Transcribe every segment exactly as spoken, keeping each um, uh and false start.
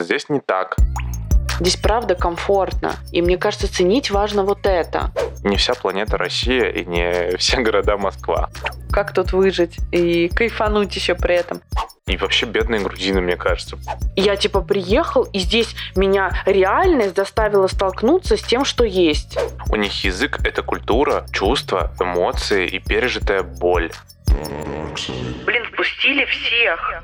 Здесь не так. Здесь правда комфортно. И мне кажется, ценить важно вот это. Не вся планета Россия и не все города Москва. Как тут выжить и кайфануть еще при этом? И вообще бедные грузины, мне кажется. Я типа приехал, и здесь меня реальность заставила столкнуться с тем, что есть. У них язык — это культура, чувства, эмоции и пережитая боль. Блин, впустили всех.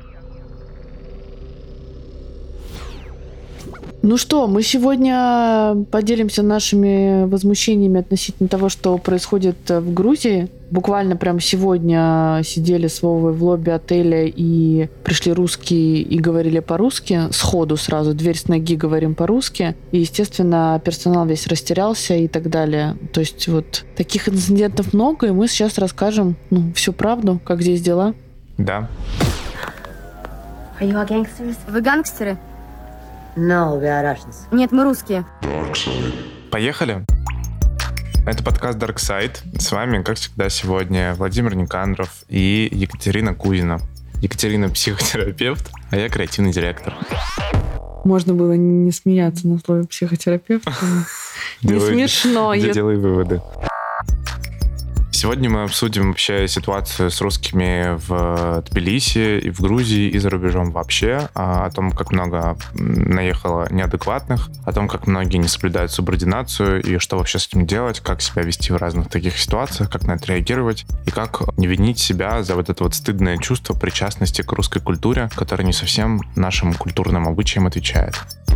Ну что, мы сегодня поделимся нашими возмущениями относительно того, что происходит в Грузии. Буквально прямо сегодня сидели с Вовой в лобби отеля, и пришли русские и говорили по-русски. Сходу сразу, дверь с ноги, говорим по-русски. И, естественно, персонал весь растерялся и так далее. То есть вот таких инцидентов много, и мы сейчас расскажем ну, всю правду, как здесь дела. Да. Are you all gangsters? Вы гангстеры? No, we are Russians. Нет, мы русские. Поехали. Это подкаст Dark Side. С вами, как всегда, сегодня Владимир Никандров и Екатерина Кузина. Екатерина — психотерапевт, а я креативный директор. Можно было не смеяться на слове психотерапевт. Не смешно. Делай выводы. Сегодня мы обсудим вообще ситуацию с русскими в Тбилиси и в Грузии и за рубежом вообще, о том, как много наехало неадекватных, о том, как многие не соблюдают субординацию и что вообще с этим делать, как себя вести в разных таких ситуациях, как на это реагировать и как не винить себя за вот это вот стыдное чувство причастности к русской культуре, которая не совсем нашим культурным обычаям отвечает.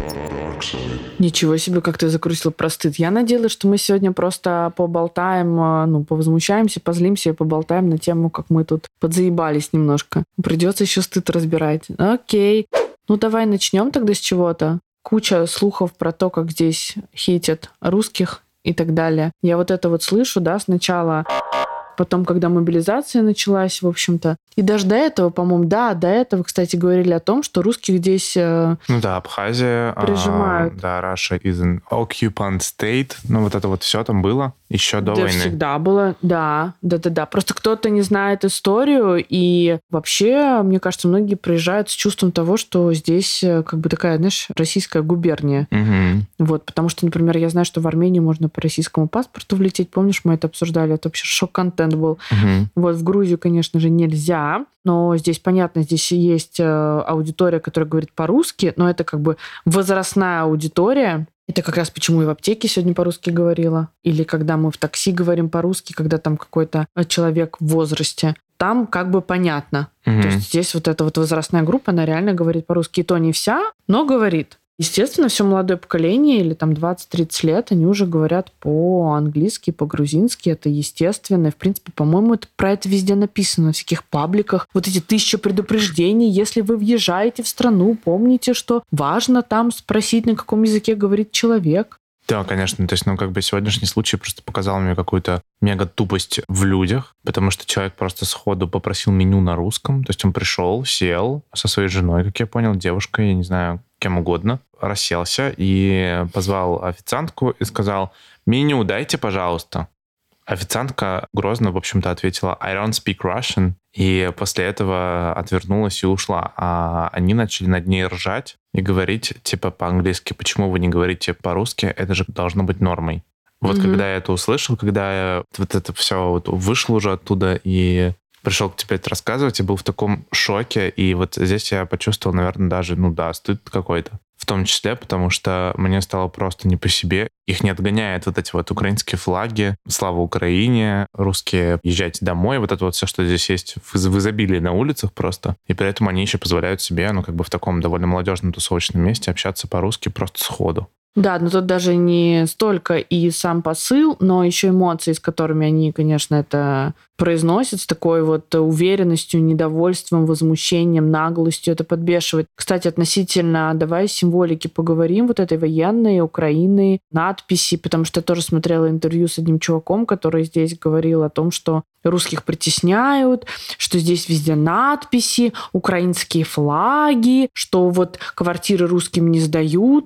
Ничего себе, как ты закрутила про стыд. Я надеялась, что мы сегодня просто поболтаем, ну, повозмущаемся, позлимся и поболтаем на тему, как мы тут подзаебались немножко. Придется еще стыд разбирать. Окей. Ну, давай начнем тогда с чего-то. Куча слухов про то, как здесь хейтят русских и так далее. Я вот это вот слышу, да, сначала... Потом, когда мобилизация началась, в общем-то. И даже до этого, по-моему, да, до этого, кстати, говорили о том, что русских здесь э, Ну да, Абхазия. прижимают. А, да, Russia is an occupant state. Ну вот это вот все там было еще до да, войны. всегда было, да, да-да-да. Просто кто-то не знает историю, и вообще, мне кажется, многие приезжают с чувством того, что здесь как бы такая, знаешь, российская губерния. Угу. Вот, потому что, например, я знаю, что в Армению можно по российскому паспорту влететь. Помнишь, мы это обсуждали? Это вообще шок-контент был. Угу. Вот в Грузию, конечно же, нельзя. Но здесь, понятно, здесь есть аудитория, которая говорит по-русски, но это как бы возрастная аудитория. Это как раз почему и в аптеке сегодня по-русски говорила. Или когда мы в такси говорим по-русски, когда там какой-то человек в возрасте. Там как бы понятно. Угу. То есть здесь вот эта вот возрастная группа, она реально говорит по-русски. И то не вся, но говорит. Естественно, все молодое поколение, или там двадцать-тридцать лет, они уже говорят по-английски, по-грузински. Это естественно. И, в принципе, по-моему, это, про это везде написано, на всяких пабликах. Вот эти тысячи предупреждений. Если вы въезжаете в страну, помните, что важно там спросить, на каком языке говорит человек. Да, конечно. То есть, ну, как бы сегодняшний случай просто показал мне какую-то мега тупость в людях, потому что человек просто сходу попросил меню на русском. То есть он пришел, сел со своей женой, как я понял, девушкой, я не знаю, кем угодно, расселся и позвал официантку и сказал: «Меню дайте, пожалуйста». Официантка грозно, в общем-то, ответила: «I don't speak Russian». И после этого отвернулась и ушла. А они начали над ней ржать и говорить, типа, по-английски: «Почему вы не говорите по-русски? Это же должно быть нормой». Вот mm-hmm. когда я это услышал, когда я вот это все вот вышел уже оттуда и пришел к тебе это рассказывать, и был в таком шоке. И вот здесь я почувствовал, наверное, даже, ну да, стыд какой-то. В том числе, потому что мне стало просто не по себе. Их не отгоняют вот эти вот украинские флаги, слава Украине, русские езжайте домой, вот это вот все, что здесь есть в изобилии на улицах просто. И при этом они еще позволяют себе, ну как бы в таком довольно молодежном тусовочном месте общаться по-русски просто сходу. Да, но тут даже не столько и сам посыл, но еще эмоции, с которыми они, конечно, это произносят, с такой вот уверенностью, недовольством, возмущением, наглостью. Это подбешивает. Кстати, относительно, давай символики поговорим, вот этой военной, Украины, надписи, потому что я тоже смотрела интервью с одним чуваком, который здесь говорил о том, что русских притесняют, что здесь везде надписи, украинские флаги, что вот квартиры русским не сдают.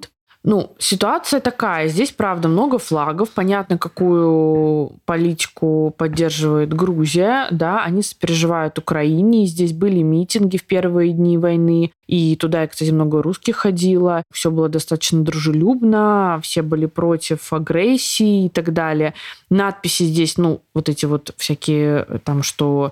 Ну, ситуация такая. Здесь, правда, много флагов. Понятно, какую политику поддерживает Грузия. Да, они сопереживают Украине. И здесь были митинги в первые дни войны. И туда, кстати, много русских ходило. Все было достаточно дружелюбно. Все были против агрессии и так далее. Надписи здесь, ну, вот эти вот всякие, там, что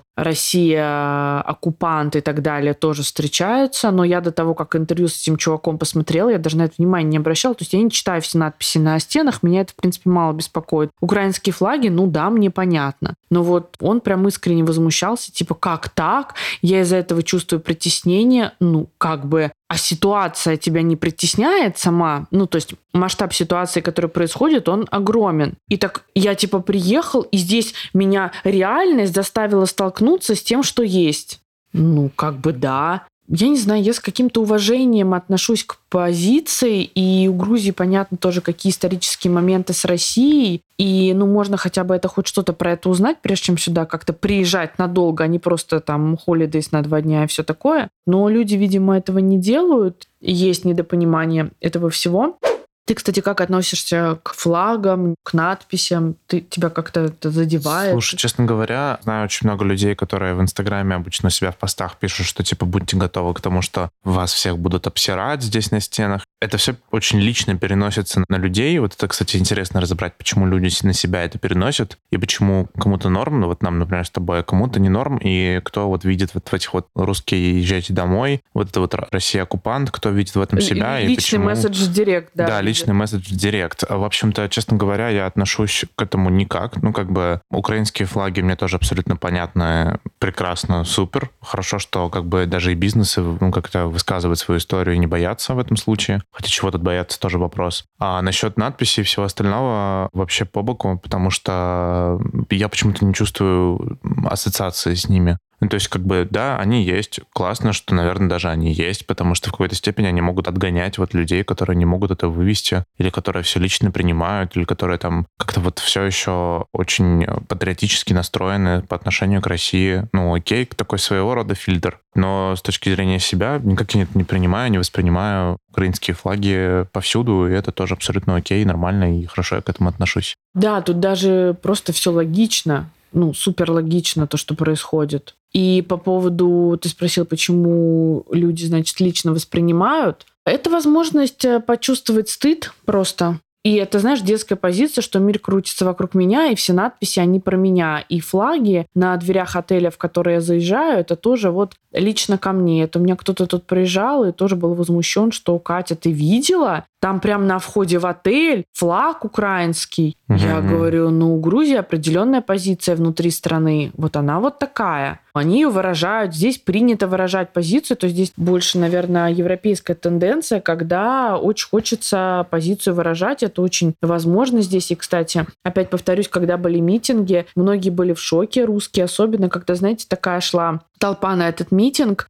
Россия оккупант и так далее, тоже встречаются. Но я до того, как интервью с этим чуваком посмотрела, я даже на это внимание не обращала. То есть я не читаю все надписи на стенах. Меня это, в принципе, мало беспокоит. Украинские флаги, ну да, мне понятно. Но вот он прям искренне возмущался. Типа, как так? Я из-за этого чувствую притеснение. Ну, как бы... А ситуация тебя не притесняет сама? Ну, то есть масштаб ситуации, который происходит, он огромен. И так я типа приехал, и здесь меня реальность заставила столкнуться с тем, что есть. Ну, как бы да. Я не знаю, я с каким-то уважением отношусь к позиции, и у Грузии, понятно, тоже какие исторические моменты с Россией, и, ну, можно хотя бы это хоть что-то про это узнать, прежде чем сюда как-то приезжать надолго, а не просто там холидейс на два дня и все такое. Но люди, видимо, этого не делают, есть недопонимание этого всего. Ты, кстати, как относишься к флагам, к надписям? Ты, тебя как-то это задевает? Слушай, честно говоря, знаю очень много людей, которые в Инстаграме обычно у себя в постах пишут, что типа будьте готовы к тому, что вас всех будут обсирать здесь на стенах. Это все очень лично переносится на людей. Вот это, кстати, интересно разобрать, почему люди на себя это переносят, и почему кому-то норм, ну вот нам, например, с тобой, а кому-то не норм, и кто вот видит вот в этих вот русские езжайте домой, вот это вот Россия-оккупант, кто видит в этом себя, и, личный и почему... месседж в директ, да. Да, личный месседж в директ. В общем-то, честно говоря, я отношусь к этому никак. Ну, как бы, украинские флаги мне тоже абсолютно понятны, прекрасно, супер. Хорошо, что как бы даже и бизнесы, ну, как-то высказывают свою историю и не боятся в этом случае. Хотя чего тут бояться, тоже вопрос. А насчет надписей и всего остального вообще по боку, потому что я почему-то не чувствую ассоциации с ними. Ну, то есть, как бы, да, они есть. Классно, что, наверное, даже они есть, потому что в какой-то степени они могут отгонять вот людей, которые не могут это вывести, или которые все лично принимают, или которые там как-то вот все еще очень патриотически настроены по отношению к России. Ну, окей, такой своего рода фильтр. Но с точки зрения себя никак я это не принимаю, не воспринимаю украинские флаги повсюду, и это тоже абсолютно окей, нормально, и хорошо я к этому отношусь. Да, тут даже просто все логично. Ну, супер логично то, что происходит. И по поводу, ты спросил, почему люди, значит, лично воспринимают. Это возможность почувствовать стыд просто. И это, знаешь, детская позиция, что мир крутится вокруг меня, и все надписи, они про меня. И флаги на дверях отеля, в который я заезжаю, это тоже вот лично ко мне. Это у меня кто-то тут приезжал и тоже был возмущен, что, Катя, ты видела? Там прям на входе в отель флаг украинский. Угу. Я говорю, ну, у Грузии определенная позиция внутри страны. Вот она вот такая. Они ее выражают. Здесь принято выражать позицию. То есть здесь больше, наверное, европейская тенденция, когда очень хочется позицию выражать. Это очень возможно здесь. И, кстати, опять повторюсь, когда были митинги, многие были в шоке, русские, особенно когда, знаете, такая шла толпа на этот митинг,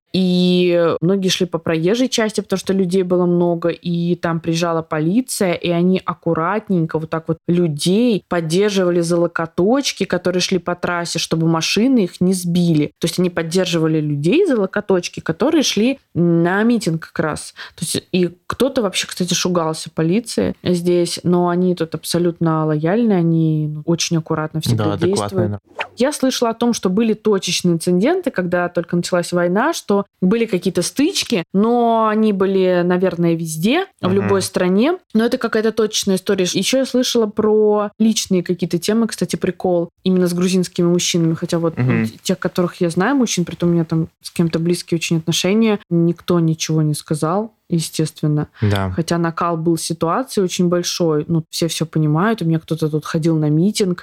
и многие шли по проезжей части, потому что людей было много, и там приезжала полиция, и они аккуратненько вот так вот людей поддерживали за локоточки, которые шли по трассе, чтобы машины их не сбили. То есть они поддерживали людей за локоточки, которые шли на митинг как раз. То есть и кто-то вообще, кстати, шугался полиции здесь, но они тут абсолютно лояльны, они очень аккуратно всегда да, действуют. Я слышала о том, что были точечные инциденты, когда только началась война, что были какие-то стычки, но они были, наверное, везде, в uh-huh. любой стране. Но это какая-то точечная история. Еще я слышала про личные какие-то темы, кстати, прикол, именно с грузинскими мужчинами. Хотя вот uh-huh. ну, тех, которых я знаю, мужчин, притом у меня там с кем-то близкие очень отношения, никто ничего не сказал. Естественно. Да. Хотя накал был ситуации очень большой. Ну, все все понимают. У меня кто-то тут ходил на митинг,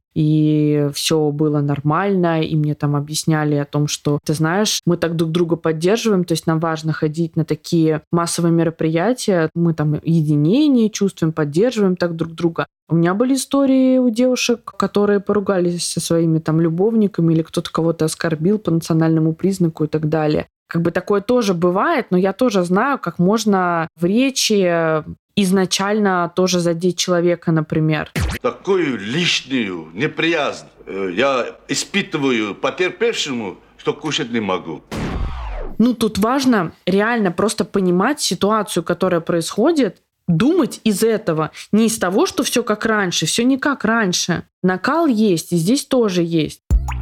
и все было нормально, и мне там объясняли о том, что, ты знаешь, мы так друг друга поддерживаем, то есть нам важно ходить на такие массовые мероприятия, мы там единение чувствуем, поддерживаем так друг друга. У меня были истории у девушек, которые поругались со своими там любовниками, или кто-то кого-то оскорбил по национальному признаку и так далее. Как бы такое тоже бывает, но я тоже знаю, как можно в речи изначально тоже задеть человека, например. Такую лишнюю неприязнь я испытываю потерпевшему, что кушать не могу. Ну, тут важно реально просто понимать ситуацию, которая происходит, думать из этого, не из того, что все как раньше, все не как раньше. Накал есть, и здесь тоже есть.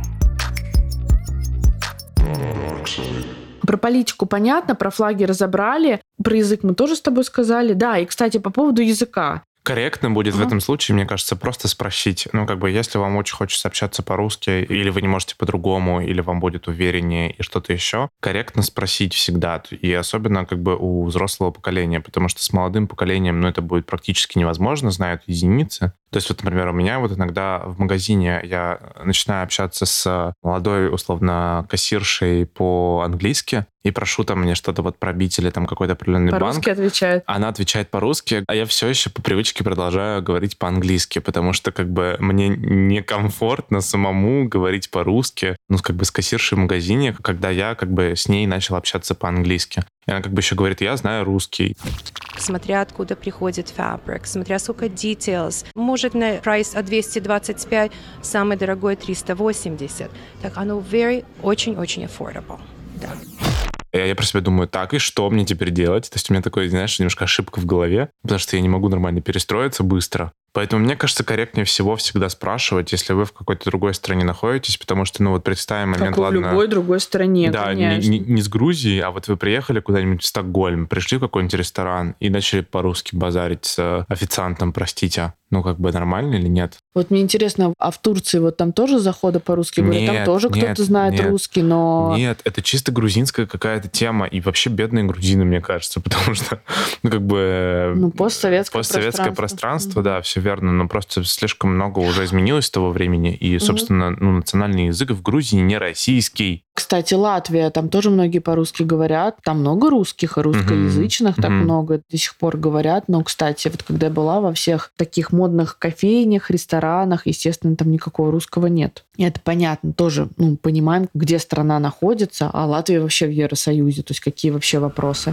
Про политику понятно, про флаги разобрали, про язык мы тоже с тобой сказали. Да, и, кстати, по поводу языка. Корректно будет Ага. в этом случае, мне кажется, просто спросить. Ну, как бы, если вам очень хочется общаться по-русски, или вы не можете по-другому, или вам будет увереннее и что-то еще, корректно спросить всегда. И особенно как бы у взрослого поколения, потому что с молодым поколением, ну, это будет практически невозможно, знают единицы. То есть вот, например, у меня вот иногда в магазине я начинаю общаться с молодой, условно, кассиршей по-английски и прошу там мне что-то вот пробить или там какой-то определенный банк. По-русски отвечает. Она отвечает по-русски, а я все еще по привычке продолжаю говорить по-английски, потому что как бы мне некомфортно самому говорить по-русски, ну, как бы с кассиршей в магазине, когда я как бы с ней начал общаться по-английски. И она как бы еще говорит, я знаю русский. Смотря откуда приходит фабрик, смотря сколько details. Может, на прайс от двести двадцать пять, самый дорогой триста восемьдесят. Так оно very, очень-очень affordable. Да. Я, я про себя думаю, так, и что мне теперь делать? То есть у меня такой, знаешь, немножко ошибка в голове, потому что я не могу нормально перестроиться быстро. Поэтому, мне кажется, корректнее всего всегда спрашивать, если вы в какой-то другой стране находитесь, потому что, ну вот представим момент, Как и в ладно... любой другой стране, Да, не, конечно. не, не с Грузии, а вот вы приехали куда-нибудь в Стокгольм, пришли в какой-нибудь ресторан и начали по-русски базарить с официантом, простите. Ну, как бы нормально или нет? Вот мне интересно, а в Турции вот там тоже заходы по-русски были? Там Нет, тоже нет, кто-то знает нет. русский, но... Нет, это чисто грузинская какая-то тема. И вообще бедные грузины, мне кажется, потому что, ну, как бы... Ну, постсоветское, постсоветское пространство, пространство, да, все верно, но просто слишком много уже изменилось с того времени, и, собственно, ну, национальный язык в Грузии не российский. Кстати, Латвия, там тоже многие по-русски говорят. Там много русских и русскоязычных, Мгм. так Мгм. много до сих пор говорят. Но, кстати, вот когда я была во всех таких модных кофейнях, ресторанах, естественно, там никакого русского нет. И это понятно, тоже, ну, понимаем, где страна находится, а Латвия вообще в Евросоюзе, то есть какие вообще вопросы.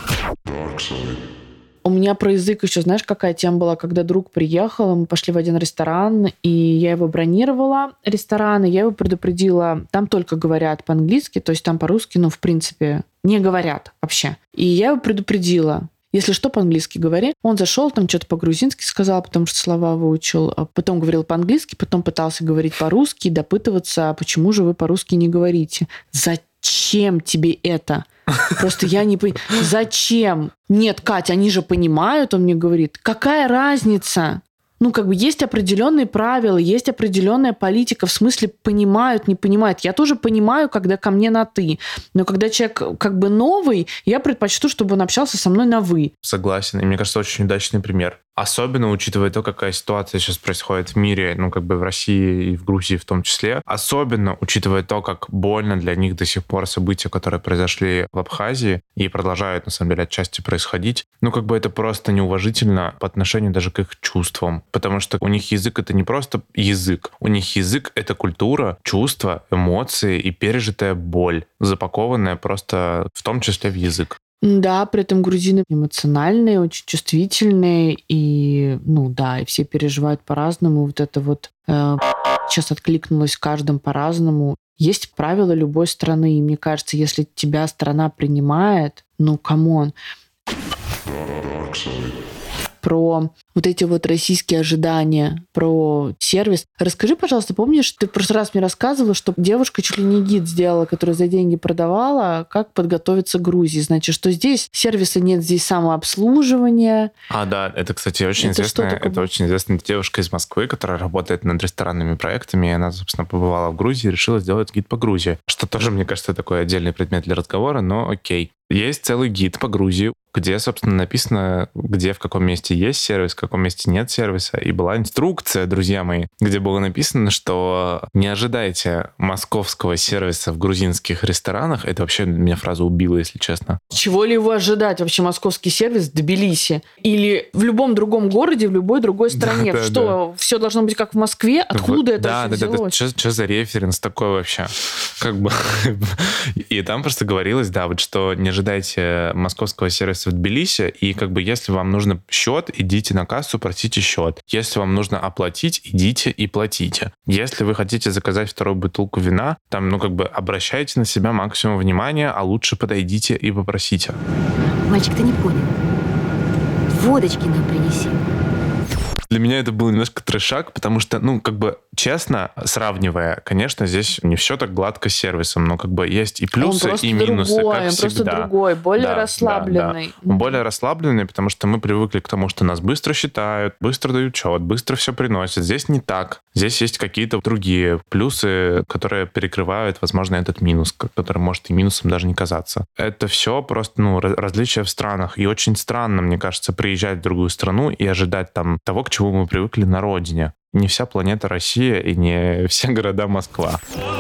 У меня про язык еще, знаешь, какая тема была, когда друг приехал, мы пошли в один ресторан, и я его бронировала, ресторан, и я его предупредила, там только говорят по-английски, то есть там по-русски, ну, в принципе, не говорят вообще. И я его предупредила, если что, по-английски говори. Он зашел, там что-то по-грузински сказал, потому что слова выучил, а потом говорил по-английски, потом пытался говорить по-русски и допытываться, а почему же вы по-русски не говорите? Зачем тебе это? Просто я не понимаю. Зачем? Нет, Кать, они же понимают, он мне говорит. Какая разница? Ну, как бы есть определенные правила, есть определенная политика, в смысле понимают, не понимают. Я тоже понимаю, когда ко мне на «ты». Но когда человек как бы новый, я предпочту, чтобы он общался со мной на «вы». Согласен. И мне кажется, очень удачный пример. Особенно учитывая то, какая ситуация сейчас происходит в мире, ну, как бы в России и в Грузии в том числе. Особенно учитывая то, как больно для них до сих пор события, которые произошли в Абхазии и продолжают, на самом деле, отчасти происходить. Ну, как бы это просто неуважительно по отношению даже к их чувствам. Потому что у них язык — это не просто язык. У них язык — это культура, чувства, эмоции и пережитая боль, запакованная просто в том числе в язык. Да, при этом грузины эмоциональные, очень чувствительные, и, ну да, и все переживают по-разному. Вот это вот э, сейчас откликнулось в каждом по-разному. Есть правила любой страны, и мне кажется, если тебя страна принимает, ну, камон. Про вот эти вот российские ожидания, про сервис. Расскажи, пожалуйста, помнишь, ты в прошлый раз мне рассказывала, что девушка чуть ли не гид сделала, которая за деньги продавала, как подготовиться к Грузии. Значит, что здесь сервиса нет, здесь самообслуживание. А, да, это, кстати, очень Это известная, что такое? это очень известная девушка из Москвы, которая работает над ресторанными проектами, и она, собственно, побывала в Грузии и решила сделать гид по Грузии. Что тоже, мне кажется, такой отдельный предмет для разговора, но окей. Есть целый гид по Грузии, где, собственно, написано, где, в каком месте есть сервис, в каком месте нет сервиса. И была инструкция, друзья мои, где было написано, что не ожидайте московского сервиса в грузинских ресторанах. Это вообще меня фраза убила, если честно. Чего ли его ожидать вообще московский сервис в Тбилиси? Или в любом другом городе, в любой другой стране? Да, да, что, все должно быть как в Москве? Откуда В- это да, вообще да, да, да. взялось? Что за референс такой вообще? Как бы... И там просто говорилось, да, вот что не ожидайте московского сервиса в Тбилиси, и как бы если вам нужно счет, идите на кассу, просите счет. Если вам нужно оплатить, идите и платите. Если вы хотите заказать вторую бутылку вина, там, ну, как бы обращайте на себя максимум внимания, а лучше подойдите и попросите. Мальчик, ты не понял. Водочки нам принеси. Для меня это был немножко трешак, потому что, ну, как бы, честно, сравнивая, конечно, здесь не все так гладко с сервисом, но как бы есть и плюсы, он и минусы, другой, как он всегда. просто другой, более Да, расслабленный. Да, да. Он более расслабленный, потому что мы привыкли к тому, что нас быстро считают, быстро дают счет, быстро все приносят. Здесь не так. Здесь есть какие-то другие плюсы, которые перекрывают, возможно, этот минус, который может и минусом даже не казаться. Это все просто, ну, различия в странах. И очень странно, мне кажется, приезжать в другую страну и ожидать там того, к чему мы привыкли на родине. Не вся планета Россия и не все города Москва.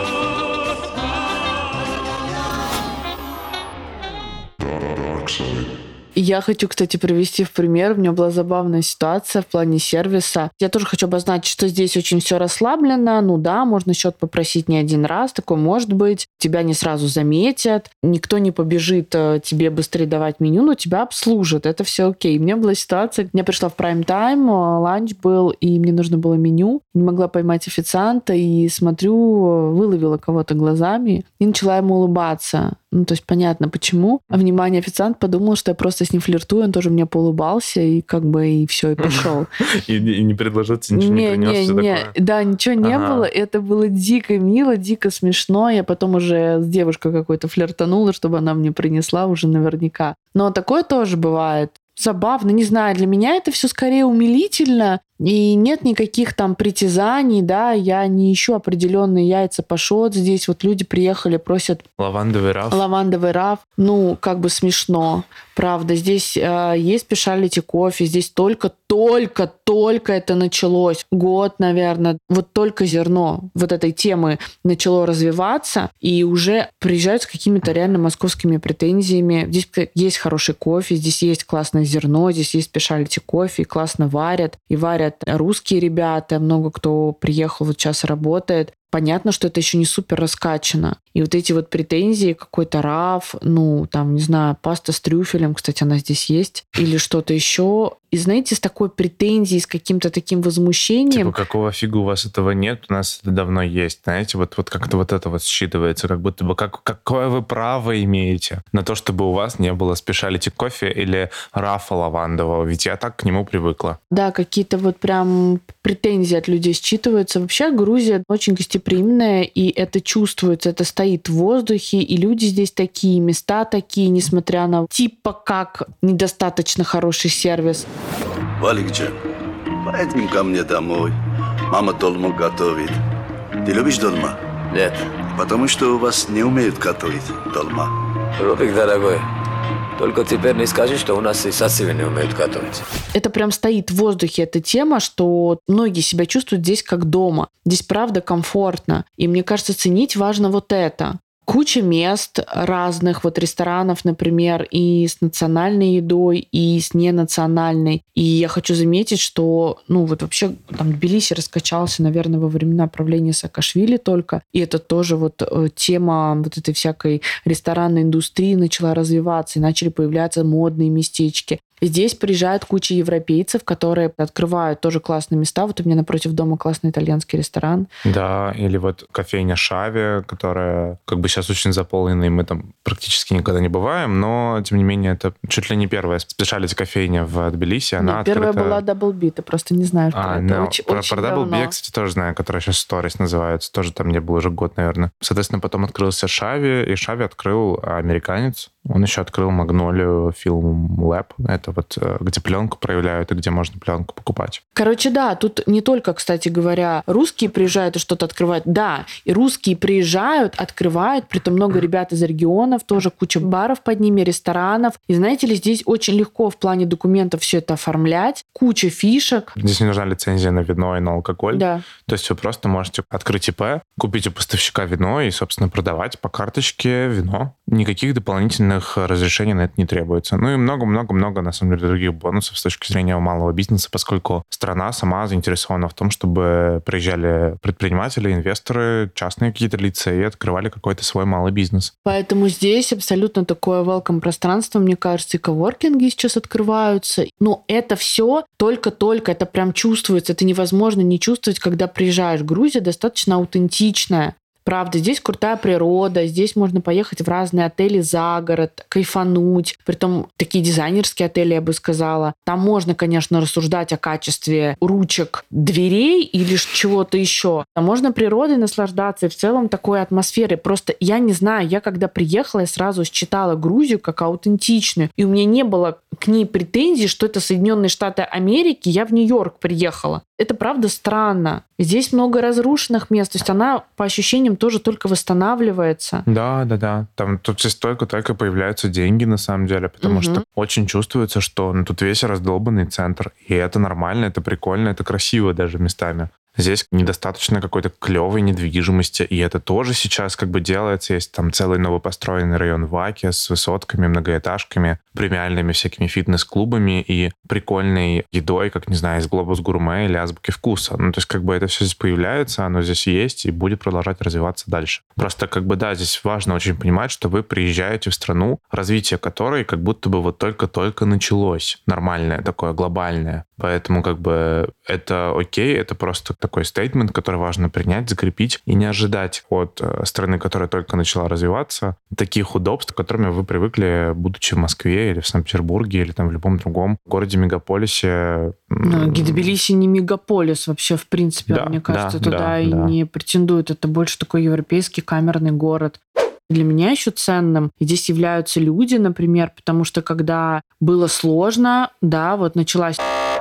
Я хочу, кстати, привести в пример. У меня была забавная ситуация в плане сервиса. Я тоже хочу обозначить, что здесь очень все расслаблено. Ну да, можно счет попросить не один раз. Такое может быть. Тебя не сразу заметят. Никто не побежит тебе быстрее давать меню, но тебя обслужат. Это все окей. У меня была ситуация, я пришла в прайм-тайм, ланч был, и мне нужно было меню. Не могла поймать официанта, и смотрю, выловила кого-то глазами и начала ему улыбаться. Ну, то есть понятно, почему. А внимание, официант подумал, что я просто с ним флиртую, он тоже мне поулыбался, и как бы и все, и пошел. И не предложил тебе ничего, не принес, все такое? Да, ничего не было. Это было дико мило, дико смешно. Я потом уже с девушкой какой-то флиртанула, чтобы она мне принесла уже наверняка. Но такое тоже бывает. Забавно, не знаю, для меня это все скорее умилительно, и нет никаких там притязаний, да, я не ищу определенные яйца пашот, здесь вот люди приехали, просят лавандовый раф. Лавандовый раф, ну, как бы смешно, правда, здесь э, есть спешалити кофе, здесь только-только-только это началось, год, наверное, вот только зерно вот этой темы начало развиваться, и уже приезжают с какими-то реально московскими претензиями. Здесь есть хороший кофе, здесь есть классное зерно, здесь есть спешалити кофе, и классно варят, и варят русские ребята, много кто приехал, вот сейчас работает. Понятно, что это еще не супер раскачано. И вот эти вот претензии, какой-то раф, ну, там, не знаю, паста с трюфелем, кстати, она здесь есть, или что-то еще. И, знаете, с такой претензией, с каким-то таким возмущением. Типа, какого фига у вас этого нет? У нас это давно есть. Знаете, вот, вот как-то вот это вот считывается, как будто бы, как, какое вы право имеете на то, чтобы у вас не было спешалити кофе или рафа лавандового, ведь я так к нему привыкла. Да, какие-то вот прям претензии от людей считываются. Вообще Грузия очень гостеприимная, и это чувствуется, это стоит в воздухе, и люди здесь такие, места такие, несмотря на типа как недостаточно хороший сервис. Валикджан, поедем ко мне домой. Мама долму готовит. Ты любишь долма? Нет. Потому что у вас не умеют готовить долма. Рубик, дорогой, только теперь не скажи, что у нас и совсем не умеют готовить. Это прям стоит в воздухе, эта тема, что многие себя чувствуют здесь как дома. Здесь правда комфортно. И мне кажется, ценить важно вот это. Куча мест разных, вот ресторанов, например, и с национальной едой, и с ненациональной. И я хочу заметить, что, ну, вот вообще там Тбилиси раскачался, наверное, во времена правления Саакашвили только. И это тоже вот э, тема вот этой всякой ресторанной индустрии начала развиваться, и начали появляться модные местечки. Здесь приезжает куча европейцев, которые открывают тоже классные места. Вот у меня напротив дома классный итальянский ресторан. Да, или вот кофейня Шави, которая как бы сейчас очень заполнена, и мы там практически никогда не бываем, но, тем не менее, это чуть ли не первая специалити кофейня в Тбилиси. Она Нет, первая открыта... была Double B, ты просто не знаешь, а, это. no. Очень, про, очень про Double давно. B я, кстати, тоже знаю, которая сейчас Stories называется. Тоже там не было уже год, наверное. Соответственно, потом открылся Шави, и Шави открыл американец. Он еще открыл Магнолию Film Lab. Это вот где пленку проявляют и где можно пленку покупать. Короче, да, тут не только, кстати говоря, русские приезжают и что-то открывают. Да, и русские приезжают, открывают, притом много ребят из регионов, тоже куча баров под ними, ресторанов. И знаете ли, здесь очень легко в плане документов все это оформлять. Куча фишек. Здесь не нужна лицензия на вино и на алкоголь. Да. То есть вы просто можете открыть ИП, купить у поставщика вино и, собственно, продавать по карточке вино. Никаких дополнительных разрешений на это не требуется. Ну и много-много-много, на самом деле, других бонусов с точки зрения малого бизнеса, поскольку страна сама заинтересована в том, чтобы приезжали предприниматели, инвесторы, частные какие-то лица и открывали какой-то свой малый бизнес. Поэтому здесь абсолютно такое welcome пространство, мне кажется, и коворкинги сейчас открываются. Но это все только-только, это прям чувствуется. Это невозможно не чувствовать, когда приезжаешь. Грузия достаточно аутентичная. Правда, здесь крутая природа, здесь можно поехать в разные отели за город, кайфануть. Притом такие дизайнерские отели, я бы сказала. Там можно, конечно, рассуждать о качестве ручек дверей или чего-то еще. А можно природой наслаждаться и в целом такой атмосферой. Просто я не знаю, я когда приехала, я сразу считала Грузию как аутентичную. И у меня не было к ней претензий, что это Соединенные Штаты Америки, я в Нью-Йорк приехала. Это правда странно. Здесь много разрушенных мест, то есть она, по ощущениям, тоже только восстанавливается. Да, да, да. Там тут здесь только-только появляются деньги, на самом деле, потому угу. что очень чувствуется, что ну, тут весь раздолбанный центр. И это нормально, это прикольно, это красиво даже местами. Здесь недостаточно какой-то клевой недвижимости, и это тоже сейчас как бы делается. Есть там целый новопостроенный район Ваки с высотками, многоэтажками, премиальными всякими фитнес-клубами и прикольной едой, как, не знаю, из Глобус Гурме или Азбуки Вкуса. Ну, то есть как бы это все здесь появляется, оно здесь есть и будет продолжать развиваться дальше. Просто как бы, да, здесь важно очень понимать, что вы приезжаете в страну, развитие которой как будто бы вот только-только началось. Нормальное такое, глобальное. Поэтому как бы это окей, это просто такой стейтмент, который важно принять, закрепить и не ожидать от страны, которая только начала развиваться, таких удобств, к которым вы привыкли, будучи в Москве или в Санкт-Петербурге или там в любом другом городе-мегаполисе. Ну, Тбилиси не мегаполис вообще, в принципе, да, мне кажется, да, туда да, и да. не претендует. Это больше такой европейский камерный город. Для меня еще ценным здесь являются люди, например, потому что когда было сложно, да, вот началась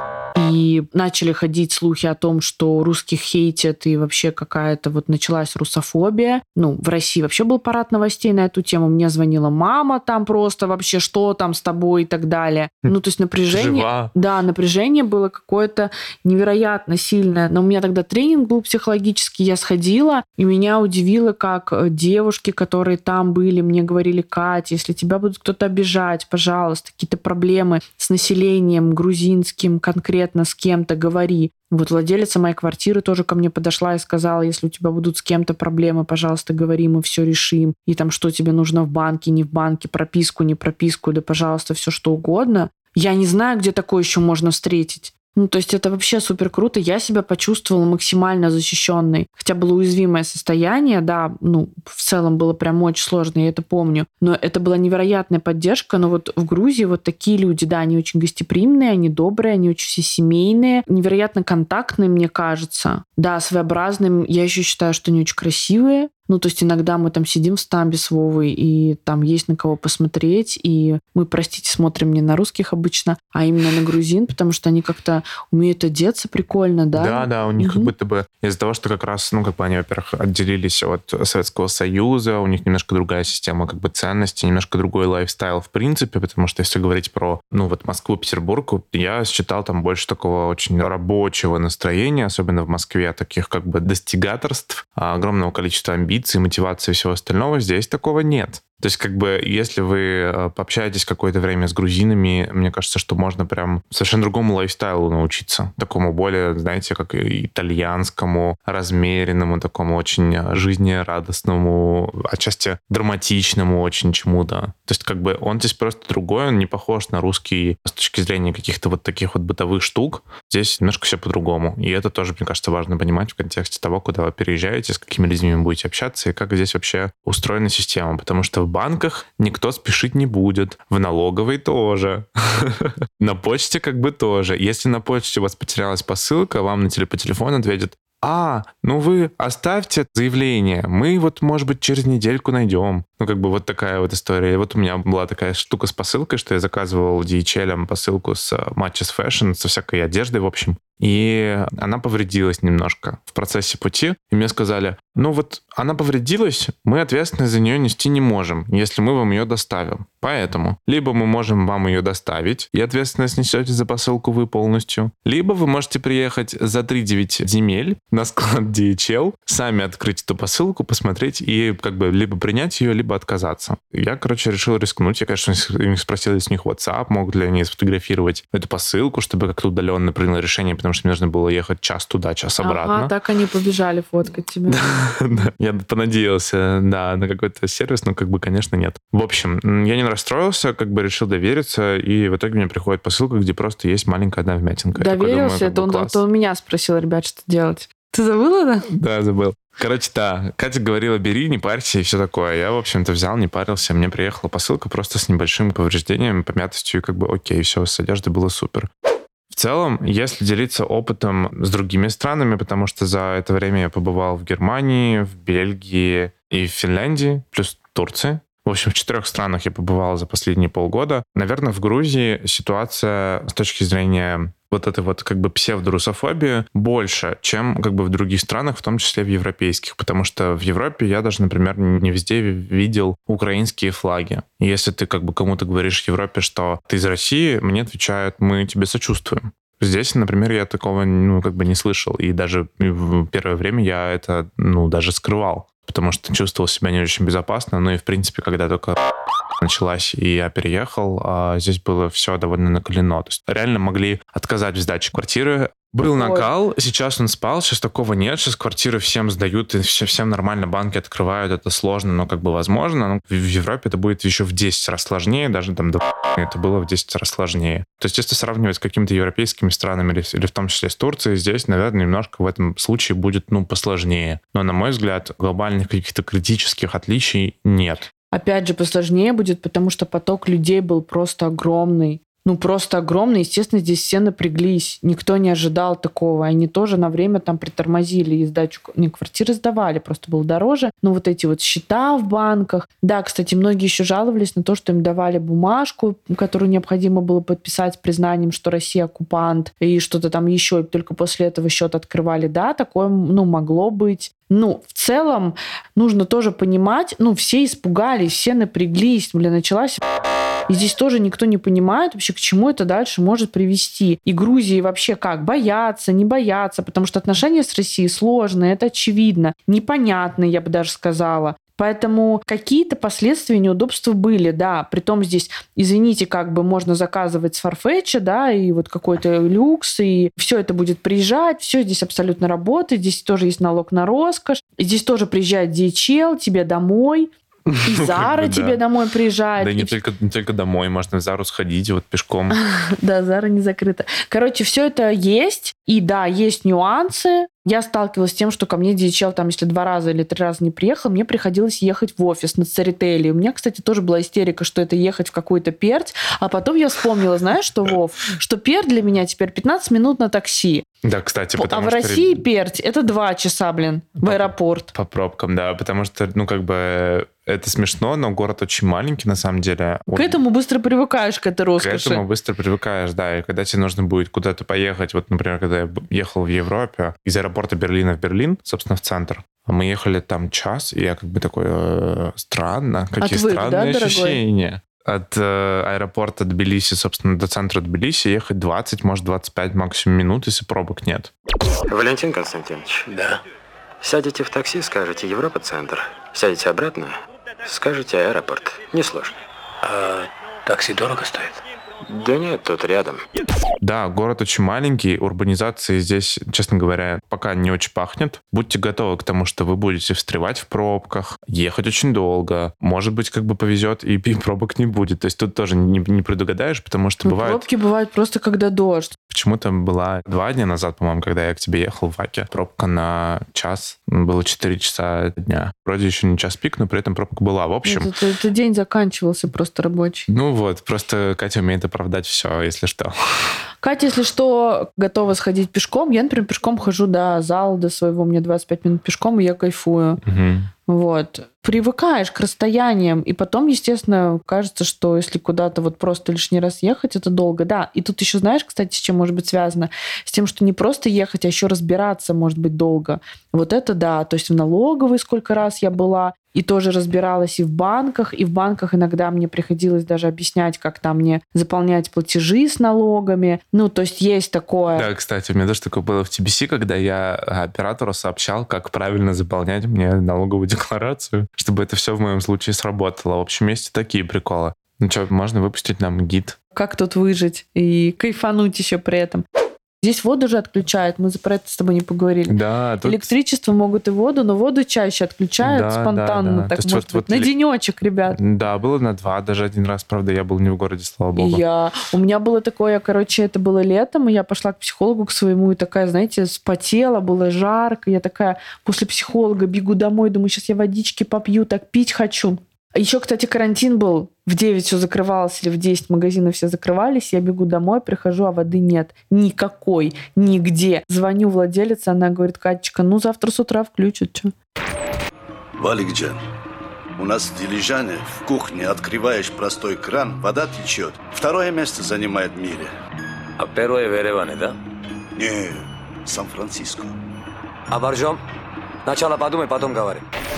и начали ходить слухи о том, что русских хейтят, и вообще какая-то вот началась русофобия. Ну, в России вообще был парад новостей на эту тему. Мне звонила мама там просто вообще, что там с тобой и так далее. Ну, то есть напряжение... Жива. Да, напряжение было какое-то невероятно сильное. Но у меня тогда тренинг был психологический, я сходила, и меня удивило, как девушки, которые там были, мне говорили: Катя, если тебя будут кто-то обижать, пожалуйста, какие-то проблемы с населением грузинским конкретно, с кем-то говори. Вот владелица моей квартиры тоже ко мне подошла и сказала: если у тебя будут с кем-то проблемы, пожалуйста, говори, мы все решим. И там, что тебе нужно в банке, не в банке, прописку, не прописку, да, пожалуйста, все что угодно. Я не знаю, где такое еще можно встретить. Ну, то есть это вообще супер круто. Я себя почувствовала максимально защищенной. Хотя было уязвимое состояние, да, ну, в целом было прям очень сложно, я это помню. Но это была невероятная поддержка. Но вот в Грузии вот такие люди, да, они очень гостеприимные, они добрые, они очень все семейные, невероятно контактные, мне кажется. Да, своеобразные. Я еще считаю, что они очень красивые. Ну, то есть иногда мы там сидим в стамбе с Вовой, и там есть на кого посмотреть, и мы, простите, смотрим не на русских обычно, а именно на грузин, потому что они как-то умеют одеться прикольно, да? Да, да, у них угу. как будто бы из-за того, что как раз, ну, как бы они, во-первых, отделились от Советского Союза, у них немножко другая система как бы ценностей, немножко другой лайфстайл в принципе, потому что если говорить про, ну, вот Москву, Петербург, я считал там больше такого очень рабочего настроения, особенно в Москве, таких как бы достигаторств, огромного количества амбиций, мотивации и всего остального. Здесь такого нет. То есть, как бы, если вы пообщаетесь какое-то время с грузинами, мне кажется, что можно прям совершенно другому лайфстайлу научиться. Такому более, знаете, как итальянскому, размеренному, такому очень жизнерадостному, отчасти драматичному очень чему-то. То есть, как бы, он здесь просто другой, он не похож на русский с точки зрения каких-то вот таких вот бытовых штук. Здесь немножко все по-другому. И это тоже, мне кажется, важно понимать в контексте того, куда вы переезжаете, с какими людьми вы будете общаться, и как здесь вообще устроена система. Потому что в банках никто спешить не будет. В налоговой тоже. На почте как бы тоже. Если на почте у вас потерялась посылка, вам на телефон ответят: а, ну вы оставьте заявление, мы вот, может быть, через недельку найдем. Ну, как бы вот такая вот история. И вот у меня была такая штука с посылкой, что я заказывал ди эйч эл посылку с Matches Fashion, со всякой одеждой, в общем. И она повредилась немножко в процессе пути. И мне сказали: ну вот она повредилась, мы ответственность за нее нести не можем, если мы вам ее доставим. Поэтому либо мы можем вам ее доставить, и ответственность несете за посылку вы полностью, либо вы можете приехать за три-девять земель на склад ди эйч эл, сами открыть эту посылку, посмотреть и как бы либо принять ее, либо отказаться. Я, короче, решил рискнуть. Я, конечно, у них спросил, если у них WhatsApp, могут ли они сфотографировать эту посылку, чтобы как-то удаленно принял решение, потому что мне нужно было ехать час туда, час обратно. Ага, так они побежали фоткать тебя. Я понадеялся, да, на какой-то сервис, но как бы, конечно, нет. В общем, я не расстроился, как бы решил довериться, и в итоге мне приходит посылка, где просто есть маленькая одна вмятинка. Доверился? Это он у меня спросил, ребят, что делать. Ты забыла, да? Да, забыл. Короче, да, Катя говорила, бери, не парься и все такое. Я, в общем-то, взял, не парился. Мне приехала посылка просто с небольшими повреждениями, помятостью, и как бы окей, все, с одеждой было супер. В целом, если делиться опытом с другими странами, потому что за это время я побывал в Германии, в Бельгии и в Финляндии, плюс Турции. В общем, в четырех странах я побывал за последние полгода. Наверное, в Грузии ситуация с точки зрения вот этой вот как бы псевдорусофобии больше, чем как бы в других странах, в том числе в европейских. Потому что в Европе я даже, например, не везде видел украинские флаги. И если ты как бы кому-то говоришь в Европе, что ты из России, мне отвечают, мы тебе сочувствуем. Здесь, например, я такого, ну, как бы не слышал. И даже в первое время я это, ну, даже скрывал. Потому что чувствовал себя не очень безопасно. Ну и, в принципе, когда только началась и я переехал, а здесь было все довольно накалено. То есть реально могли отказать в сдаче квартиры. Был накал, сейчас он спал, сейчас такого нет, сейчас квартиры всем сдают, и все, всем нормально банки открывают, это сложно, но как бы возможно. Но в Европе это будет еще в десять раз сложнее, даже там до это было в десять раз сложнее. То есть если сравнивать с какими-то европейскими странами или, или в том числе с Турцией, здесь, наверное, немножко в этом случае будет, ну, посложнее. Но, на мой взгляд, глобальных каких-то критических отличий нет. Опять же, посложнее будет, потому что поток людей был просто огромный. Ну, просто огромный. Естественно, здесь все напряглись. Никто не ожидал такого. Они тоже на время там притормозили и сдачу не квартиры сдавали, просто было дороже. Но вот эти вот счета в банках. Да, кстати, многие еще жаловались на то, что им давали бумажку, которую необходимо было подписать с признанием, что Россия оккупант, и что-то там еще. И только после этого счет открывали. Да, такое, ну, могло быть. Ну, в целом, нужно тоже понимать, ну, все испугались, все напряглись, блин, началась... И здесь тоже никто не понимает вообще, к чему это дальше может привести. И Грузии вообще как? Боятся, не боятся, потому что отношения с Россией сложные, это очевидно, непонятные, я бы даже сказала. Поэтому какие-то последствия, неудобства были, да. Притом здесь, извините, как бы можно заказывать с Farfetch, да, и вот какой-то люкс, и все это будет приезжать, все здесь абсолютно работает, здесь тоже есть налог на роскошь, и здесь тоже приезжает ди эйч эл тебе домой, и Зара тебе домой приезжает. Да не только, не только домой, можно в Зару сходить вот пешком. Да, Зара не закрыта. Короче, все это есть, и да, есть нюансы. Я сталкивалась с тем, что ко мне ди эйч эл там, если два раза или три раза не приехал, мне приходилось ехать в офис на Церетели. У меня, кстати, тоже была истерика, что это ехать в какую-то Перть. А потом я вспомнила, знаешь, что, Вов, что Перть для меня теперь пятнадцать минут на такси. Да, кстати, потому а в что... России Перть это два часа, блин, в по, аэропорт. По пробкам, да, потому что, ну, как бы, это смешно, но город очень маленький, на самом деле. К этому быстро привыкаешь, к этой роскоши. К этому быстро привыкаешь, да, и когда тебе нужно будет куда-то поехать, вот, например, когда я ехал в Европе, из аэропорта Берлина в Берлин, собственно, в центр, мы ехали там час, и я как бы такой, э, странно, какие Отвык, странные да, ощущения. От э, аэропорта Тбилиси, собственно, до центра Тбилиси ехать двадцать, может, двадцать пять максимум минут, если пробок нет. Валентин Константинович. Да. Сядете в такси, скажете Европа-центр. Сядете обратно, скажете аэропорт. Несложно. А такси дорого стоит? Да нет, тут рядом. Да, город очень маленький, урбанизации здесь, честно говоря, пока не очень пахнет. Будьте готовы к тому, что вы будете встревать в пробках, ехать очень долго. Может быть, как бы повезет, и, и пробок не будет. То есть тут тоже не, не предугадаешь, потому что ну, бывает... Пробки бывают просто когда дождь. Почему-то была два дня назад, по-моему, когда я к тебе ехал в Ваке. Пробка на час, было четыре часа дня. Вроде еще не час пик, но при этом пробка была. В общем... Это, это день заканчивался просто рабочий. Ну вот, просто Катя умеет оправдать все, если что. Катя, если что, готова сходить пешком. Я, например, пешком хожу до зала, до своего, мне двадцать пять минут пешком, и я кайфую. Угу. Вот. Привыкаешь к расстояниям, и потом, естественно, кажется, что если куда-то вот просто лишний раз ехать, это долго. Да, и тут еще знаешь, кстати, с чем может быть связано? С тем, что не просто ехать, а еще разбираться может быть долго. Вот это да. То есть в налоговой сколько раз я была, и тоже разбиралась и в банках, и в банках иногда мне приходилось даже объяснять, как там мне заполнять платежи с налогами. Ну, то есть есть такое. Да, кстати, у меня тоже такое было в ти би си, когда я оператору сообщал, как правильно заполнять мне налоговую декларацию, чтобы это все в моем случае сработало. В общем, есть и такие приколы. Ну что, можно выпустить нам гид. Как тут выжить и кайфануть еще при этом. Здесь воду же отключают, мы про это с тобой не поговорили. Да, тут... Электричество могут и воду, но воду чаще отключают да, спонтанно, да, да. Так может вот, быть, вот на ли... денечек, ребят. Да, было на два, даже один раз, правда, я был не в городе, слава богу. Я... У меня было такое, короче, это было летом, и я пошла к психологу к своему, и такая, знаете, спотела, было жарко, я такая после психолога бегу домой, думаю, сейчас я водички попью, так пить хочу. Еще, кстати, карантин был. В девять все закрывалось или в десять магазины все закрывались. Я бегу домой, прихожу, а воды нет. Никакой. Нигде. Звоню владелице, она говорит: Катечка, ну завтра с утра включат. Что? Валикджан, у нас в Дилижане в кухне открываешь простой кран, вода течет. Второе место занимает в мире. А первое в Ереване, да? Не, Сан-Франциско. А боржом? Сначала подумай, потом говори.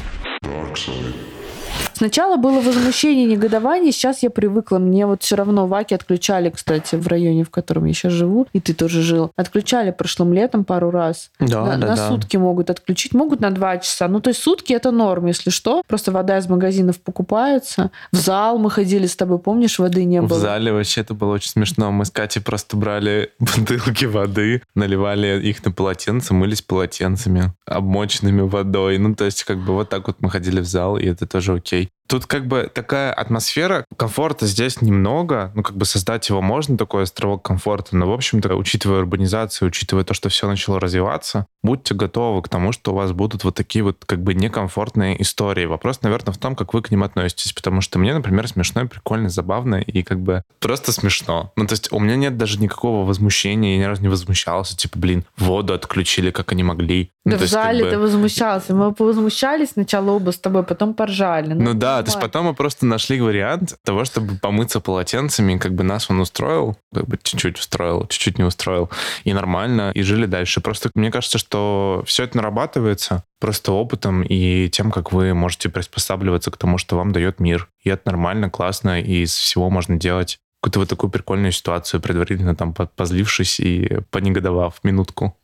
Сначала было возмущение, негодование, сейчас я привыкла. Мне вот все равно ваки отключали, кстати, в районе, в котором я сейчас живу, и ты тоже жил. Отключали прошлым летом пару раз. Да, на, да, на да. сутки могут отключить, могут на два часа. Ну, то есть сутки это норм, если что. Просто вода из магазинов покупается. В зал мы ходили с тобой, помнишь, воды не было? В зале вообще это было очень смешно. Мы с Катей просто брали бутылки воды, наливали их на полотенце, мылись полотенцами, обмоченными водой. Ну, то есть как бы вот так вот мы ходили в зал, и это тоже окей. Тут как бы такая атмосфера, комфорта здесь немного, ну как бы создать его можно, такой островок комфорта, но в общем-то, учитывая урбанизацию, учитывая то, что все начало развиваться, будьте готовы к тому, что у вас будут вот такие вот как бы некомфортные истории. Вопрос, наверное, в том, как вы к ним относитесь, потому что мне, например, смешно, прикольно, забавно и как бы просто смешно. Ну то есть у меня нет даже никакого возмущения, я ни разу не возмущался, типа, блин, воду отключили, как они могли. Да ну, в есть, зале как бы... ты возмущался. Мы повозмущались сначала оба с тобой, потом поржали. Ну, ну да, то есть потом мы просто нашли вариант того, чтобы помыться полотенцами, как бы нас он устроил, как бы чуть-чуть устроил, чуть-чуть не устроил, и нормально, и жили дальше. Просто мне кажется, что все это нарабатывается просто опытом и тем, как вы можете приспосабливаться к тому, что вам дает мир. И это нормально, классно, и из всего можно делать какую-то вот такую прикольную ситуацию, предварительно там позлившись и понегодовав минутку.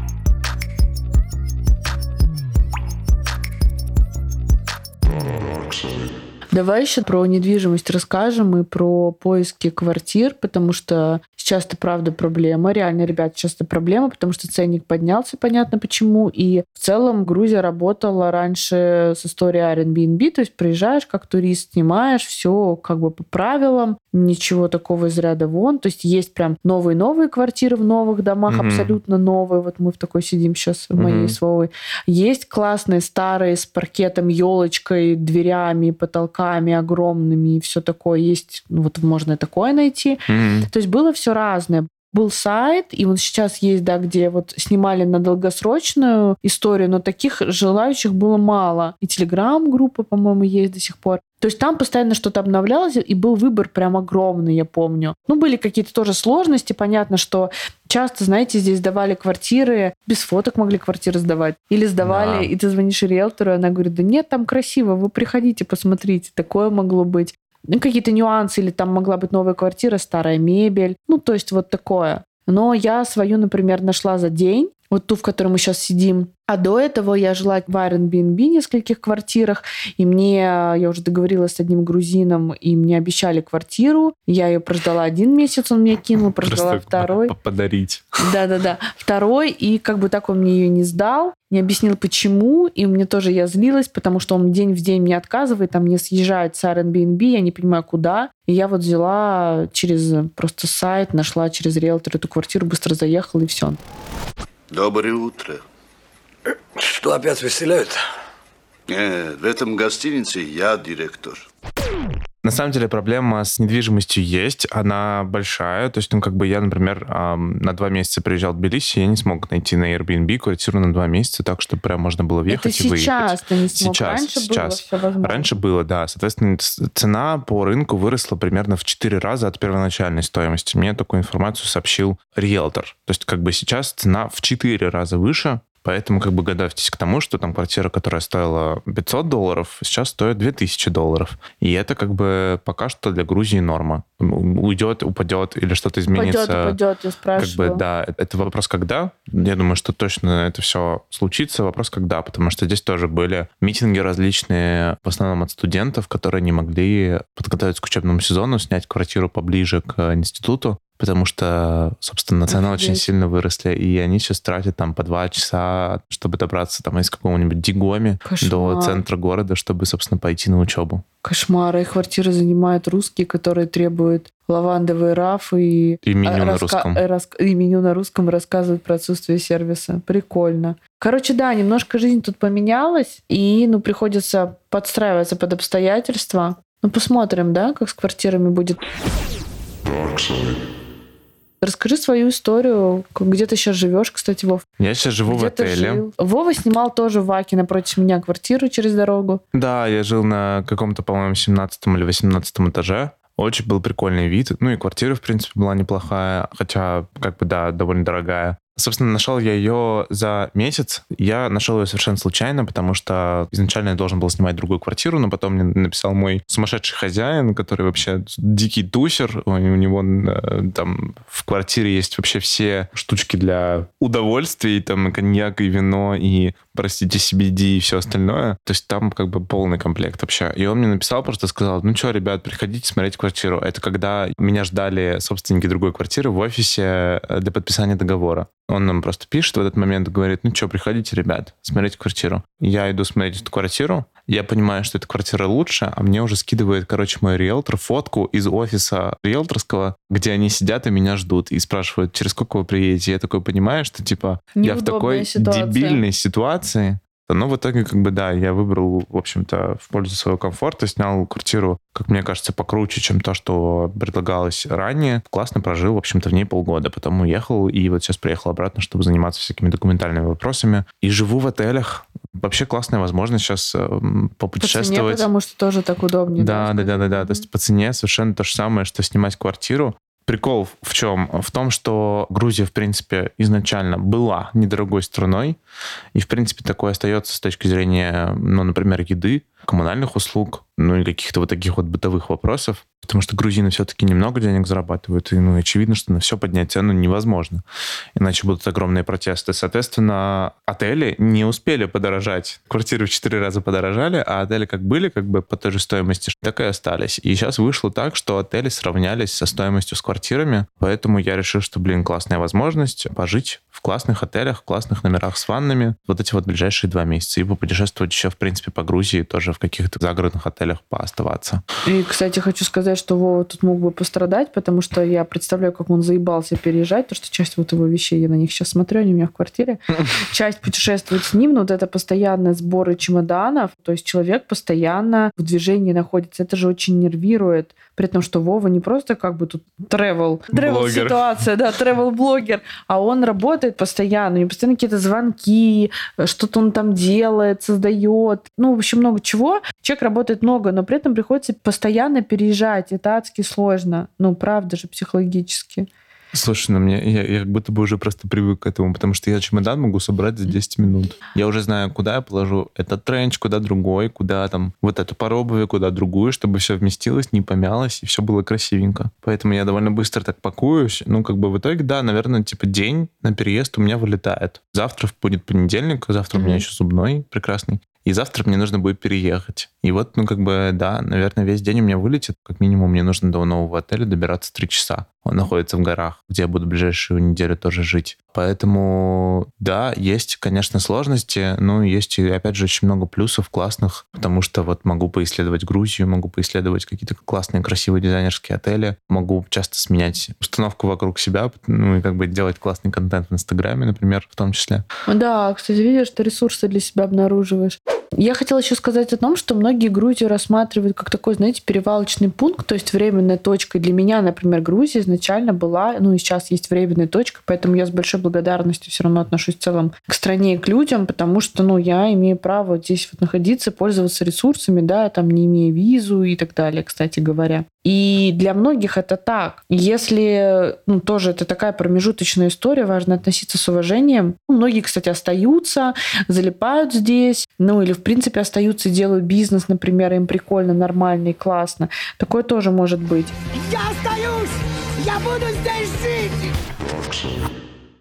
Давай еще про недвижимость расскажем и про поиски квартир, потому что сейчас это, правда, проблема. Реально, ребят, сейчас это проблема, потому что ценник поднялся, понятно почему. И в целом Грузия работала раньше с историей Airbnb, то есть приезжаешь как турист, снимаешь, все как бы по правилам, ничего такого из ряда вон. То есть есть прям новые-новые квартиры в новых домах, mm-hmm. абсолютно новые. Вот мы в такой сидим сейчас в моей mm-hmm. с Вовой. Есть классные старые с паркетом, елочкой, дверями, потолками огромными и все такое. Есть, ну, вот можно и такое найти. Mm-hmm. То есть было все разное. Был сайт, и вот сейчас есть, да, где вот снимали на долгосрочную историю, но таких желающих было мало. И телеграм-группа, по-моему, есть до сих пор. То есть там постоянно что-то обновлялось, и был выбор прям огромный, я помню. Ну, были какие-то тоже сложности. Понятно, что часто, знаете, здесь сдавали квартиры, без фоток могли квартиры сдавать. Или сдавали, да. И ты звонишь риэлтору, и она говорит: да нет, там красиво, вы приходите, посмотрите. Такое могло быть. Ну, какие-то нюансы, или там могла быть новая квартира, старая мебель. Ну, то есть вот такое. Но я свою, например, нашла за день, вот ту, в которой мы сейчас сидим. А до этого я жила в Airbnb в нескольких квартирах, и мне, я уже договорилась с одним грузином, и мне обещали квартиру. Я ее прождала один месяц, он мне кинул, прождала просто второй. Подарить. Да-да-да. Второй, и как бы так он мне ее не сдал, не объяснил, почему, и мне тоже я злилась, потому что он день в день мне отказывает, а мне съезжает с Airbnb, я не понимаю, куда. И я вот взяла через просто сайт, нашла через риэлтора эту квартиру, быстро заехала, и все. Доброе утро. Что опять веселяют? Нет, в этом гостинице я директор. На самом деле проблема с недвижимостью есть, она большая. То есть, ну, как бы я, например, на два месяца приезжал в Тбилиси, я не смог найти на Airbnb квартиру на два месяца, так что прям можно было въехать это и выехать. сейчас ты не смог, сейчас, раньше сейчас. было все возможно. Раньше было, да. Соответственно, цена по рынку выросла примерно в четыре раза от первоначальной стоимости. Мне такую информацию сообщил риэлтор. То есть, как бы сейчас цена в четыре раза выше. Поэтому как бы готовьтесь к тому, что там квартира, которая стоила пятьсот долларов, сейчас стоит две тысячи долларов. И это как бы пока что для Грузии норма. Уйдет, упадет или что-то изменится. Упадет, упадет, я спрашиваю. Как бы, да, это вопрос когда. Я думаю, что точно это все случится. Вопрос когда, потому что здесь тоже были митинги различные, в основном от студентов, которые не могли подготовиться к учебному сезону, снять квартиру поближе к институту. потому что, собственно, цены Офигеть. очень сильно выросли, и они сейчас тратят там по два часа, чтобы добраться там из какого-нибудь Дигоми Кошмар. до центра города, чтобы, собственно, пойти на учебу. Кошмар. И квартиры занимают русские, которые требуют лавандовый раф и... И меню а, на раска- русском. э, рас- И меню на русском, и рассказывают про отсутствие сервиса. Прикольно. Короче, да, немножко жизнь тут поменялась, и, ну, приходится подстраиваться под обстоятельства. Ну, посмотрим, да, как с квартирами будет. Расскажи свою историю. Где ты сейчас живешь, кстати, Вов? Я сейчас живу Где в ты отеле. жил? Вова снимал тоже в Аке напротив меня квартиру через дорогу. Да, я жил на каком-то, по-моему, семнадцатом или восемнадцатом этаже. Очень был прикольный вид. Ну и квартира, в принципе, была неплохая, хотя, как бы, да, довольно дорогая. Собственно, нашел я ее за месяц. Я нашел ее совершенно случайно, потому что изначально я должен был снимать другую квартиру, но потом мне написал мой сумасшедший хозяин, который вообще дикий тусер. У него э, там в квартире есть вообще все штучки для удовольствий, там и коньяк, и вино, и, простите, си би ди и все остальное. То есть там как бы полный комплект вообще. И он мне написал, просто сказал: ну что, ребят, приходите смотреть квартиру. Это когда меня ждали собственники другой квартиры в офисе для подписания договора. Он нам просто пишет в этот момент и говорит: ну что, приходите, ребят, смотреть квартиру. Я иду смотреть эту квартиру, я понимаю, что эта квартира лучше, а мне уже скидывает, короче, мой риэлтор фотку из офиса риэлторского, где они сидят и меня ждут, и спрашивают: через сколько вы приедете? Я такой понимаю, что, типа, я в такой ситуация. дебильной ситуации. Но в итоге, как бы, да, я выбрал, в общем-то, в пользу своего комфорта, снял квартиру, как мне кажется, покруче, чем то, что предлагалось ранее. Классно прожил, в общем-то, в ней полгода. Потом уехал, и вот сейчас приехал обратно, чтобы заниматься всякими документальными вопросами. И живу в отелях. Вообще классная возможность сейчас э, попутешествовать. По цене, потому что тоже так удобнее. Да, да, да, да, да. То есть по цене совершенно то же самое, что снимать квартиру. Прикол в чем? В том, что Грузия, в принципе, изначально была недорогой страной, и, в принципе, такое остается с точки зрения, ну, например, еды, коммунальных услуг, ну и каких-то вот таких вот бытовых вопросов, потому что грузины все-таки немного денег зарабатывают, и, ну, очевидно, что на все поднять цену невозможно, иначе будут огромные протесты. Соответственно, отели не успели подорожать. Квартиры в четыре раза подорожали, а отели как были, как бы по той же стоимости, так и остались. И сейчас вышло так, что отели сравнялись со стоимостью с квартирами, поэтому я решил, что, блин, классная возможность пожить в классных отелях, в классных номерах с ваннами вот эти вот ближайшие два месяца и попутешествовать еще, в принципе, по Грузии, тоже в каких-то загородных отелях пооставаться. И, кстати, хочу сказать, что Вова тут мог бы пострадать, потому что я представляю, как он заебался переезжать, потому что часть вот его вещей, я на них сейчас смотрю, они у меня в квартире, часть путешествует с ним, но вот это постоянные сборы чемоданов, то есть человек постоянно в движении находится, это же очень нервирует, при том, что Вова не просто как бы тут travel, travel ситуация, да, travel-блогер, а он работает постоянно, у него постоянно какие-то звонки, что-то он там делает, создает, ну, в общем, много чего. Человек работает много, но при этом приходится постоянно переезжать. Это адски сложно. Ну, правда же, психологически. Слушай, ну мне, я, я как будто бы уже просто привык к этому, потому что я чемодан могу собрать за десять минут. Я уже знаю, куда я положу этот тренч, куда другой, куда там вот эту пару обуви, куда другую, чтобы все вместилось, не помялось, и все было красивенько. Поэтому я довольно быстро так пакуюсь. Ну, как бы в итоге, да, наверное, типа день на переезд у меня вылетает. Завтра будет понедельник, завтра mm-hmm. у меня еще зубной прекрасный. И завтра мне нужно будет переехать. И вот, ну, как бы, да, наверное, весь день у меня вылетит. Как минимум, мне нужно до нового отеля добираться три часа. Он находится в горах, где я буду ближайшую неделю тоже жить. Поэтому, да, есть, конечно, сложности, но есть, опять же, очень много плюсов классных, потому что вот могу поисследовать Грузию, могу поисследовать какие-то классные, красивые дизайнерские отели, могу часто сменять установку вокруг себя, ну, и как бы делать классный контент в Инстаграме, например, в том числе. Да, кстати, видишь, что ресурсы для себя обнаруживаешь. Я хотела еще сказать о том, что многие Грузию рассматривают как такой, знаете, перевалочный пункт, то есть временная точка. Для меня, например, Грузия изначально была, ну и сейчас есть временная точка, поэтому я с большой благодарностью все равно отношусь в целом к стране и к людям, потому что, ну, я имею право здесь вот находиться, пользоваться ресурсами, да, там не имея визу и так далее, кстати говоря. И для многих это так. Если, ну, тоже это такая промежуточная история, важно относиться с уважением. Многие, кстати, остаются, залипают здесь, ну, или, в принципе, остаются и делают бизнес, например, им прикольно, нормально и классно. Такое тоже может быть. Я остаюсь! Я буду здесь жить!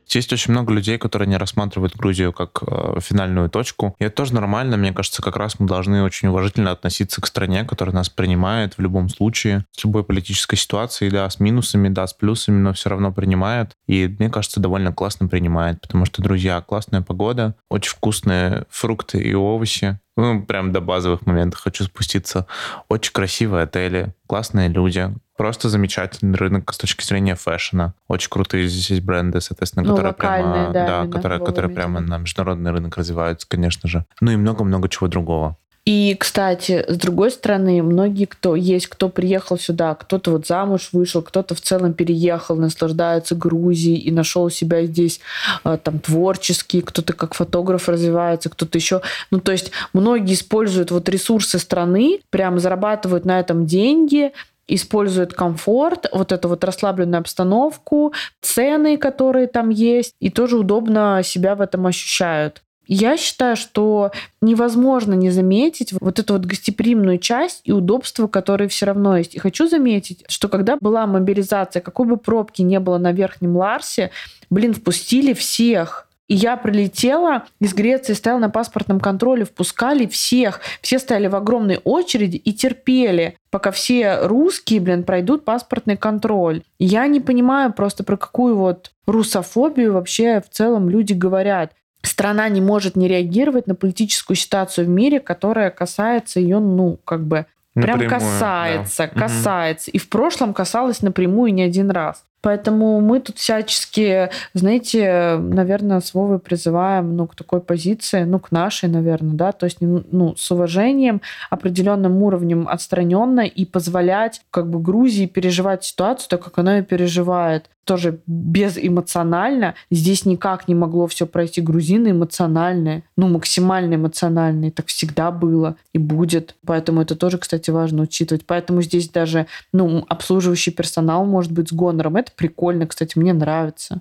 Есть очень много людей, которые не рассматривают Грузию как э, финальную точку. И это тоже нормально. Мне кажется, как раз мы должны очень уважительно относиться к стране, которая нас принимает в любом случае, с любой политической ситуацией, да, с минусами, да, с плюсами, но все равно принимает. И мне кажется, довольно классно принимает, потому что, друзья, классная погода, очень вкусные фрукты и овощи. Ну, прям до базовых моментов хочу спуститься. Очень красивые отели, классные люди. Просто замечательный рынок с точки зрения фэшена. Очень крутые здесь есть бренды, соответственно, Ну, которые локальные, прямо, да, да, которые, которые прямо на международный рынок развиваются, конечно же. Ну и много-много чего другого. И, кстати, с другой стороны, многие, кто есть, кто приехал сюда, кто-то вот замуж вышел, кто-то в целом переехал, наслаждается Грузией и нашел себя здесь там творчески, кто-то как фотограф развивается, кто-то еще. Ну, то есть многие используют вот ресурсы страны, прям зарабатывают на этом деньги, используют комфорт, вот эту вот расслабленную обстановку, цены, которые там есть, и тоже удобно себя в этом ощущают. Я считаю, что невозможно не заметить вот эту вот гостеприимную часть и удобства, которые все равно есть. И хочу заметить, что когда была мобилизация, какой бы пробки не было на Верхнем Ларсе, блин, впустили всех. И я прилетела из Греции, стояла на паспортном контроле, впускали всех. Все стояли в огромной очереди и терпели, пока все русские, блин, пройдут паспортный контроль. И я не понимаю просто, про какую вот русофобию вообще в целом люди говорят. Страна не может не реагировать на политическую ситуацию в мире, которая касается ее, ну, как бы, прям Напрямую, касается, да. касается. И в прошлом касалась напрямую не один раз. Поэтому мы тут всячески, знаете, наверное, с Вовой призываем, ну, к такой позиции, ну, к нашей, наверное, да, то есть, ну, с уважением, определенным уровнем отстраненно и позволять, как бы, Грузии переживать ситуацию так, как она ее переживает. Тоже безэмоционально. Здесь никак не могло все пройти. Грузины эмоциональные, ну, максимально эмоциональные. Так всегда было и будет. Поэтому это тоже, кстати, важно учитывать. Поэтому здесь даже, ну, обслуживающий персонал может быть с гонором. Это прикольно, кстати, мне нравится.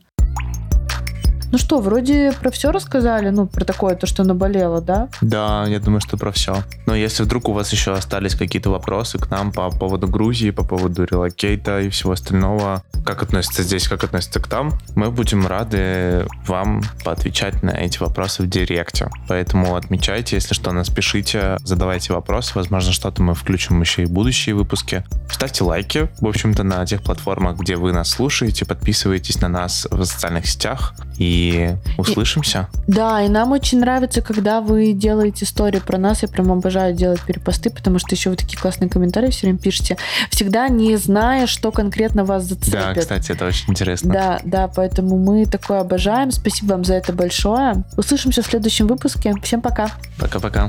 Ну что, вроде про все рассказали, ну, про такое, то, что наболело, да? Да, я думаю, что про все. Но если вдруг у вас еще остались какие-то вопросы к нам по поводу Грузии, по поводу релокейта и всего остального, как относится здесь, как относится к там, мы будем рады вам поотвечать на эти вопросы в директе. Поэтому отмечайте, если что, нас пишите, задавайте вопросы. Возможно, что-то мы включим еще и в будущие выпуски. Ставьте лайки, в общем-то, на тех платформах, где вы нас слушаете. Подписывайтесь на нас в социальных сетях. И услышимся. И, да, и нам очень нравится, когда вы делаете истории про нас. Я прям обожаю делать перепосты, потому что еще вы такие классные комментарии все время пишете. Всегда не зная, что конкретно вас зацепит. Да, кстати, это очень интересно. Да, да, поэтому мы такое обожаем. Спасибо вам за это большое. Услышимся в следующем выпуске. Всем пока. Пока-пока.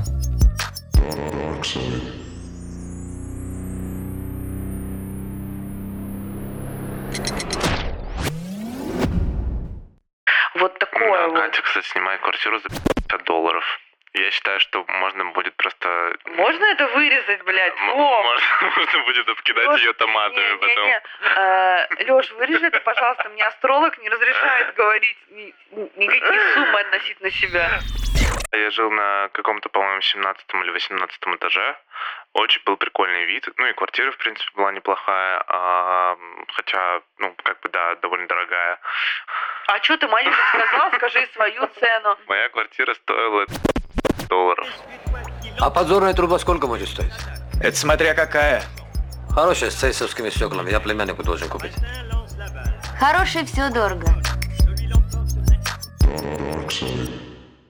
Вот такое вот. Катя, кстати, снимает квартиру за пятьдесят долларов. Я считаю, что можно будет просто... Можно это вырезать, блядь? М- О! можно, можно будет обкидать Лёш, ее томатами не, потом. Не, не. Э, Лёш, вырежи это, пожалуйста. Мне астролог не разрешает говорить ни- никакие суммы относительно себя. Я жил на каком-то, по-моему, семнадцатом или восемнадцатом этаже. Очень был прикольный вид. Ну и квартира, в принципе, была неплохая. А, хотя, ну, как бы, да, довольно дорогая. А что ты, Марина, сказал? Скажи свою цену. Моя квартира стоила долларов. А подзорная труба сколько может стоить? Это смотря какая. Хорошая, с цейсовскими стеклами. Я племяннику должен купить. Хорошее все дорого. Roxanne.